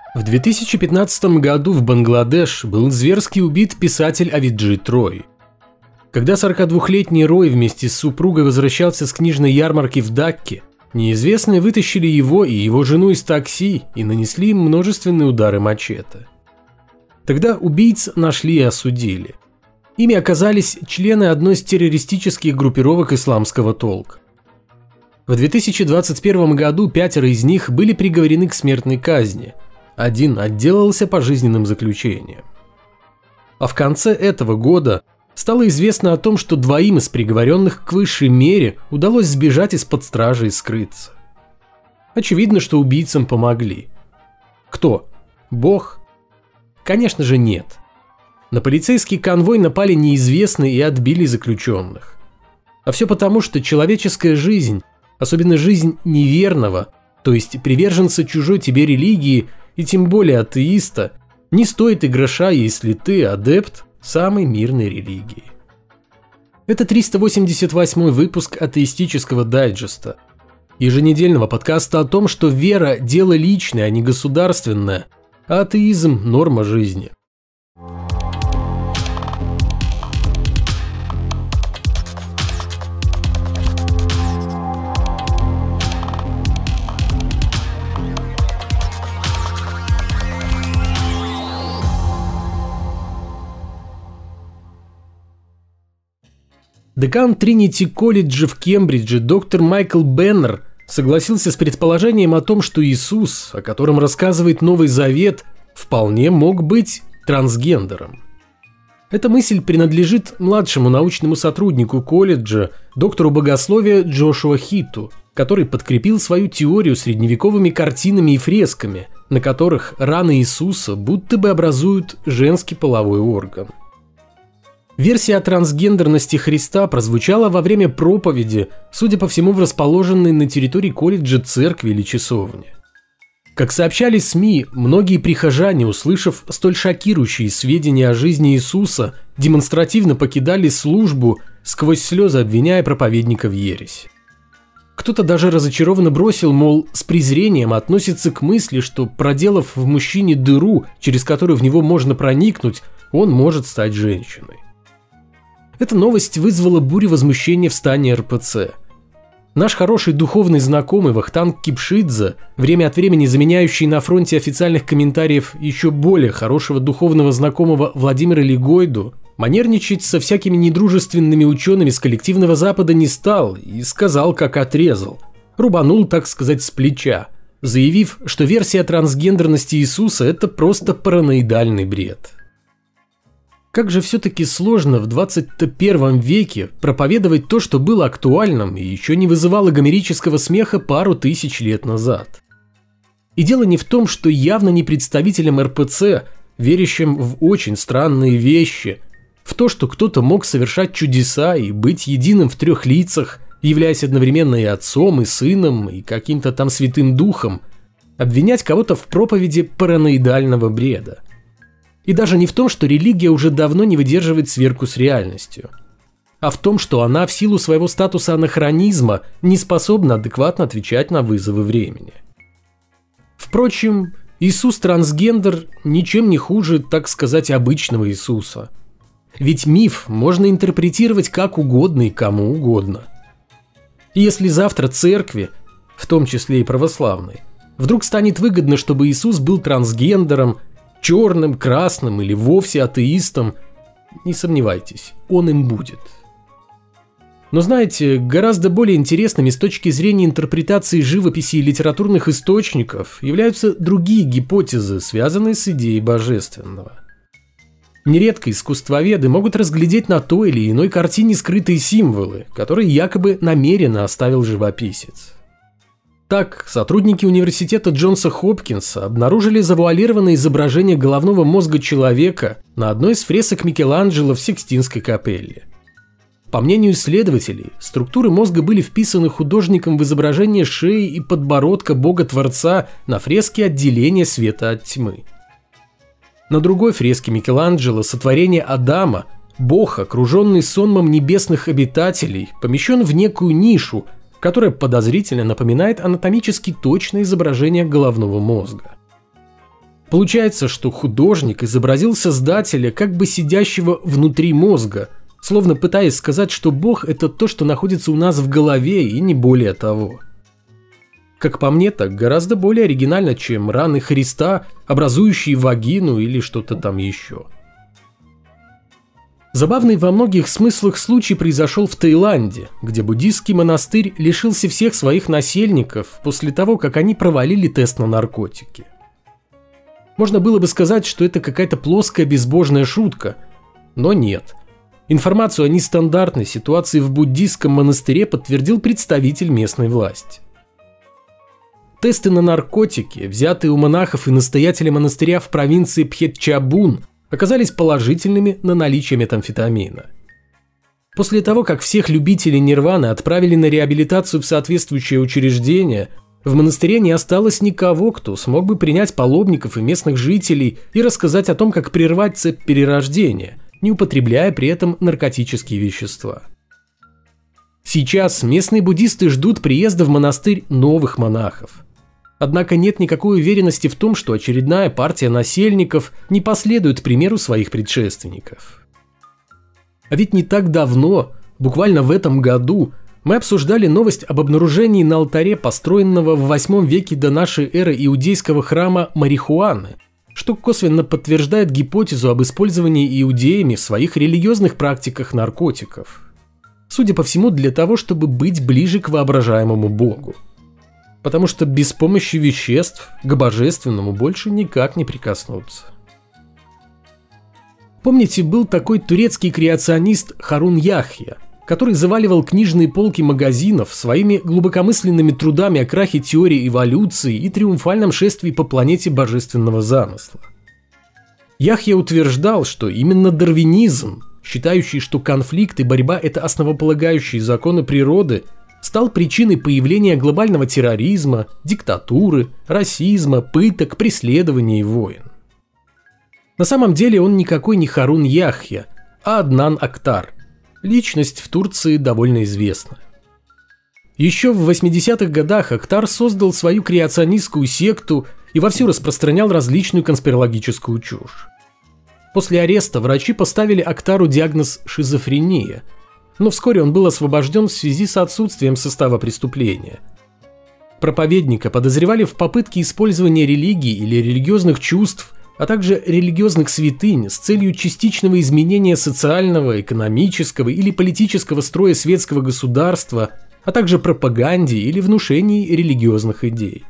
В 2015 году в Бангладеш был зверски убит писатель Авиджит Рой. Когда 42-летний Рой вместе с супругой возвращался с книжной ярмарки в Дакке, неизвестные вытащили его и его жену из такси и нанесли им множественные удары мачете. Тогда убийц нашли и осудили. Ими оказались члены одной из террористических группировок исламского толка. В 2021 году 5 из них были приговорены к смертной казни, 1 отделался пожизненным заключением. А в конце этого года стало известно о том, что 2 из приговоренных к высшей мере удалось сбежать из-под стражи и скрыться. Очевидно, что убийцам помогли. Кто? Бог? Конечно же нет. На полицейский конвой напали неизвестные и отбили заключенных. А все потому, что человеческая жизнь, особенно жизнь неверного, то есть приверженца чужой тебе религии и тем более атеиста, не стоит и гроша, если ты адепт самой мирной религии. Это 388 выпуск атеистического дайджеста, еженедельного подкаста о том, что вера – дело личное, а не государственное, а атеизм – норма жизни. Декан Тринити-колледжа в Кембридже доктор Майкл Беннер согласился с предположением о том, что Иисус, о котором рассказывает Новый Завет, вполне мог быть трансгендером. Эта мысль принадлежит младшему научному сотруднику колледжа, доктору богословия Джошуа Хиту, который подкрепил свою теорию средневековыми картинами и фресками, на которых раны Иисуса будто бы образуют женский половой орган. Версия о трансгендерности Христа прозвучала во время проповеди, судя по всему, в расположенной на территории колледжа церкви или часовни. Как сообщали СМИ, многие прихожане, услышав столь шокирующие сведения о жизни Иисуса, демонстративно покидали службу, сквозь слезы обвиняя проповедника в ереси. Кто-то даже разочарованно бросил, мол, с презрением относится к мысли, что, проделав в мужчине дыру, через которую в него можно проникнуть, он может стать женщиной. Эта новость вызвала бурю возмущения в стане РПЦ. Наш хороший духовный знакомый Вахтанг Кипшидзе, время от времени заменяющий на фронте официальных комментариев еще более хорошего духовного знакомого Владимира Лигойду, манерничать со всякими недружественными учеными с коллективного Запада не стал и сказал, как отрезал. Рубанул, так сказать, с плеча, заявив, что версия трансгендерности Иисуса – это просто параноидальный бред. Как же все-таки сложно в 21 веке проповедовать то, что было актуальным и еще не вызывало гомерического смеха пару тысяч лет назад. И дело не в том, что явно не представителям РПЦ, верящим в очень странные вещи, в то, что кто-то мог совершать чудеса и быть единым в 3 лицах, являясь одновременно и отцом, и сыном, и каким-то там святым духом, обвинять кого-то в проповеди параноидального бреда. И даже не в том, что религия уже давно не выдерживает сверку с реальностью, а в том, что она в силу своего статуса анахронизма не способна адекватно отвечать на вызовы времени. Впрочем, Иисус-трансгендер ничем не хуже, так сказать, обычного Иисуса. Ведь миф можно интерпретировать как угодно и кому угодно. И если завтра церкви, в том числе и православной, вдруг станет выгодно, чтобы Иисус был трансгендером, черным, красным или вовсе атеистом, не сомневайтесь, он им будет. Но знаете, гораздо более интересными с точки зрения интерпретации живописи и литературных источников являются другие гипотезы, связанные с идеей божественного. Нередко искусствоведы могут разглядеть на той или иной картине скрытые символы, которые якобы намеренно оставил живописец. Так, сотрудники университета Джонса Хопкинса обнаружили завуалированное изображение головного мозга человека на одной из фресок Микеланджело в Сикстинской капелле. По мнению исследователей, структуры мозга были вписаны художником в изображение шеи и подбородка Бога-творца на фреске «Отделение света от тьмы». На другой фреске Микеланджело «Сотворение Адама» Бог, окруженный сонмом небесных обитателей, помещен в некую нишу, которая подозрительно напоминает анатомически точное изображение головного мозга. Получается, что художник изобразил Создателя как бы сидящего внутри мозга, словно пытаясь сказать, что Бог – это то, что находится у нас в голове, и не более того. Как по мне, так гораздо более оригинально, чем раны Христа, образующие вагину или что-то там еще. Забавный во многих смыслах случай произошел в Таиланде, где буддийский монастырь лишился всех своих насельников после того, как они провалили тест на наркотики. Можно было бы сказать, что это какая-то плоская безбожная шутка, но нет. Информацию о нестандартной ситуации в буддийском монастыре подтвердил представитель местной власти. Тесты на наркотики, взятые у монахов и настоятеля монастыря в провинции Пхетчабун, оказались положительными на наличие метамфетамина. После того, как всех любителей нирваны отправили на реабилитацию в соответствующее учреждение, в монастыре не осталось никого, кто смог бы принять паломников и местных жителей и рассказать о том, как прервать цепь перерождения, не употребляя при этом наркотические вещества. Сейчас местные буддисты ждут приезда в монастырь новых монахов. Однако нет никакой уверенности в том, что очередная партия насельников не последует примеру своих предшественников. А ведь не так давно, буквально в этом году, мы обсуждали новость об обнаружении на алтаре построенного в 8 веке до нашей эры иудейского храма марихуаны, что косвенно подтверждает гипотезу об использовании иудеями в своих религиозных практиках наркотиков. Судя по всему, для того, чтобы быть ближе к воображаемому Богу. Потому что без помощи веществ к божественному больше никак не прикоснуться. Помните, был такой турецкий креационист Харун Яхья, который заваливал книжные полки магазинов своими глубокомысленными трудами о крахе теории эволюции и триумфальном шествии по планете божественного замысла. Яхья утверждал, что именно дарвинизм, считающий, что конфликт и борьба – это основополагающие законы природы, стал причиной появления глобального терроризма, диктатуры, расизма, пыток, преследований и войн. На самом деле он никакой не Харун Яхья, а Аднан Актар, личность в Турции довольно известная. Еще в 80-х годах Актар создал свою креационистскую секту и вовсю распространял различную конспирологическую чушь. После ареста врачи поставили Актару диагноз шизофрения, но вскоре он был освобожден в связи с отсутствием состава преступления. Проповедника подозревали в попытке использования религии или религиозных чувств, а также религиозных святынь с целью частичного изменения социального, экономического или политического строя светского государства, а также пропаганде или внушении религиозных идей.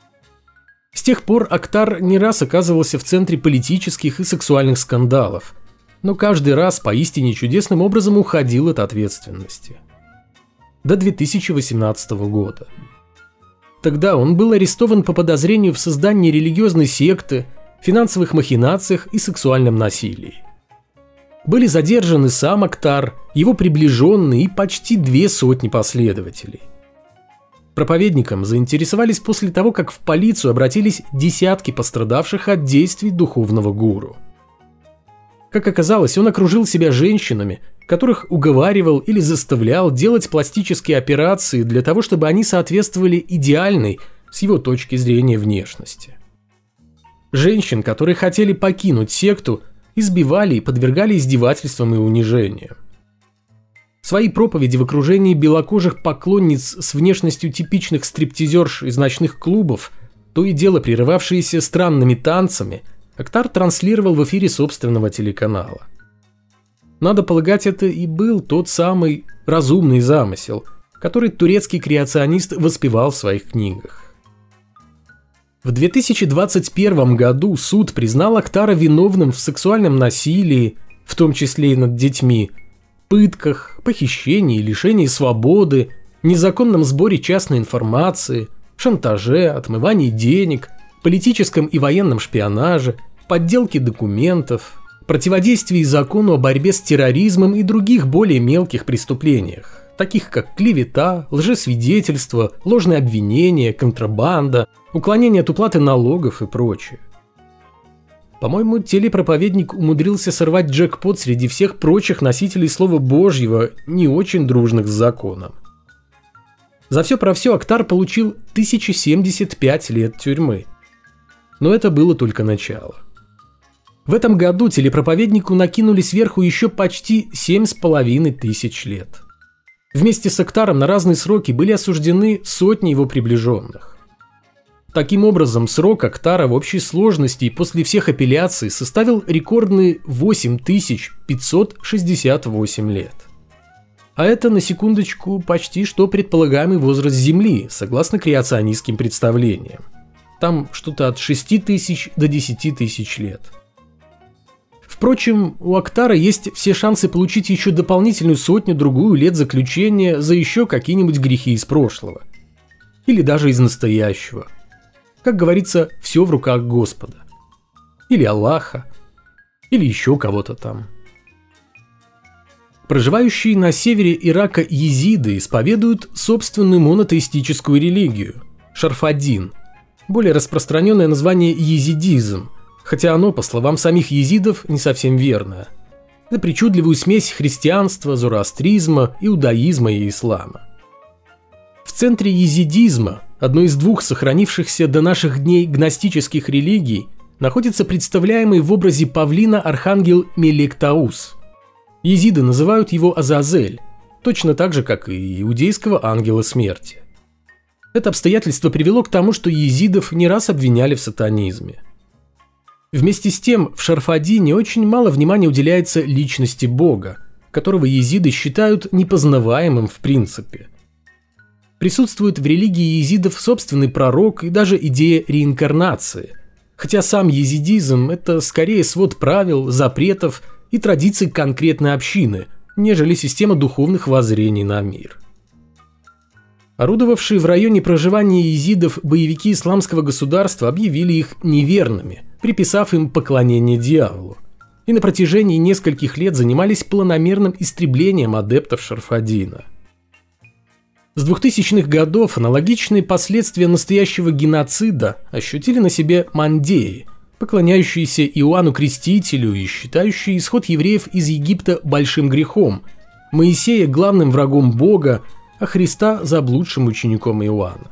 С тех пор Актар не раз оказывался в центре политических и сексуальных скандалов, но каждый раз поистине чудесным образом уходил от ответственности. До 2018 года. Тогда он был арестован по подозрению в создании религиозной секты, финансовых махинациях и сексуальном насилии. Были задержаны сам Актар, его приближенные и почти 200 последователей. Проповедником заинтересовались после того, как в полицию обратились десятки пострадавших от действий духовного гуру. Как оказалось, он окружил себя женщинами, которых уговаривал или заставлял делать пластические операции для того, чтобы они соответствовали идеальной, с его точки зрения, внешности. Женщин, которые хотели покинуть секту, избивали и подвергали издевательствам и унижениям. Свои проповеди в окружении белокожих поклонниц с внешностью типичных стриптизерш из ночных клубов, то и дело прерывавшиеся странными танцами, Актар транслировал в эфире собственного телеканала. Надо полагать, это и был тот самый разумный замысел, который турецкий креационист воспевал в своих книгах. В 2021 году суд признал Актара виновным в сексуальном насилии, в том числе и над детьми, пытках, похищении, лишении свободы, незаконном сборе частной информации, шантаже, отмывании денег, политическом и военном шпионаже, подделке документов, противодействии закону о борьбе с терроризмом и других более мелких преступлениях, таких как клевета, лжесвидетельство, ложные обвинения, контрабанда, уклонение от уплаты налогов и прочее. По-моему, телепроповедник умудрился сорвать джекпот среди всех прочих носителей Слова Божьего, не очень дружных с законом. За все про все Актар получил 1075 лет тюрьмы. Но это было только начало. В этом году телепроповеднику накинули сверху еще почти 7500 лет. Вместе с Актаром на разные сроки были осуждены сотни его приближенных. Таким образом, срок Актара в общей сложности и после всех апелляций составил рекордные 8568 лет. А это, на секундочку, почти что предполагаемый возраст Земли, согласно креационистским представлениям. Там что-то от 6000 до 10 тысяч лет. Впрочем, у Актара есть все шансы получить еще дополнительную сотню-другую лет заключения за еще какие-нибудь грехи из прошлого. Или даже из настоящего. Как говорится, все в руках Господа. Или Аллаха. Или еще кого-то там. Проживающие на севере Ирака езиды исповедуют собственную монотеистическую религию – шарфадин, более распространенное название езидизм, хотя оно, по словам самих езидов, не совсем верное. Это причудливую смесь христианства, зороастризма, иудаизма и ислама. В центре езидизма, одной из двух сохранившихся до наших дней гностических религий, находится представляемый в образе павлина архангел Мелек-Таус. Езиды называют его Азазель, точно так же, как и иудейского ангела смерти. Это обстоятельство привело к тому, что езидов не раз обвиняли в сатанизме. Вместе с тем, в Шарфадине очень мало внимания уделяется личности Бога, которого езиды считают непознаваемым в принципе. Присутствует в религии езидов собственный пророк и даже идея реинкарнации, хотя сам езидизм – это скорее свод правил, запретов и традиций конкретной общины, нежели система духовных воззрений на мир. Орудовавшие в районе проживания езидов боевики исламского государства объявили их неверными, приписав им поклонение дьяволу, и на протяжении нескольких лет занимались планомерным истреблением адептов Шарфадина. С 2000-х годов аналогичные последствия настоящего геноцида ощутили на себе мандеи, поклоняющиеся Иоанну Крестителю и считающие исход евреев из Египта большим грехом, Моисея главным врагом Бога, а Христа заблудшим учеником Иоанна.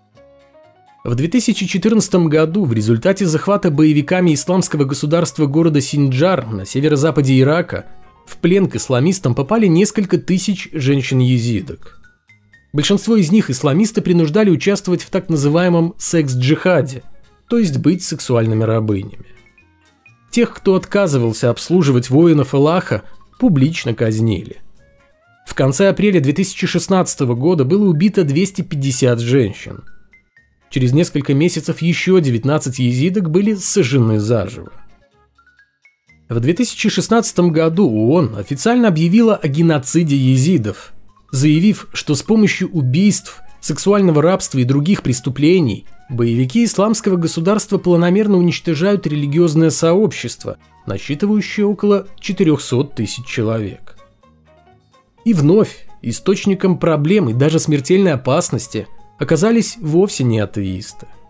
В 2014 году в результате захвата боевиками исламского государства города Синджар на северо-западе Ирака в плен к исламистам попали несколько тысяч женщин-езидок. Большинство из них исламисты принуждали участвовать в так называемом секс-джихаде, то есть быть сексуальными рабынями. Тех, кто отказывался обслуживать воинов Аллаха, публично казнили. В конце апреля 2016 года было убито 250 женщин. Через несколько месяцев еще 19 езидок были сожжены заживо. В 2016 году ООН официально объявила о геноциде езидов, заявив, что с помощью убийств, сексуального рабства и других преступлений боевики исламского государства планомерно уничтожают религиозное сообщество, насчитывающее около 400 тысяч человек. И вновь источником проблем и даже смертельной опасности оказались вовсе не атеисты.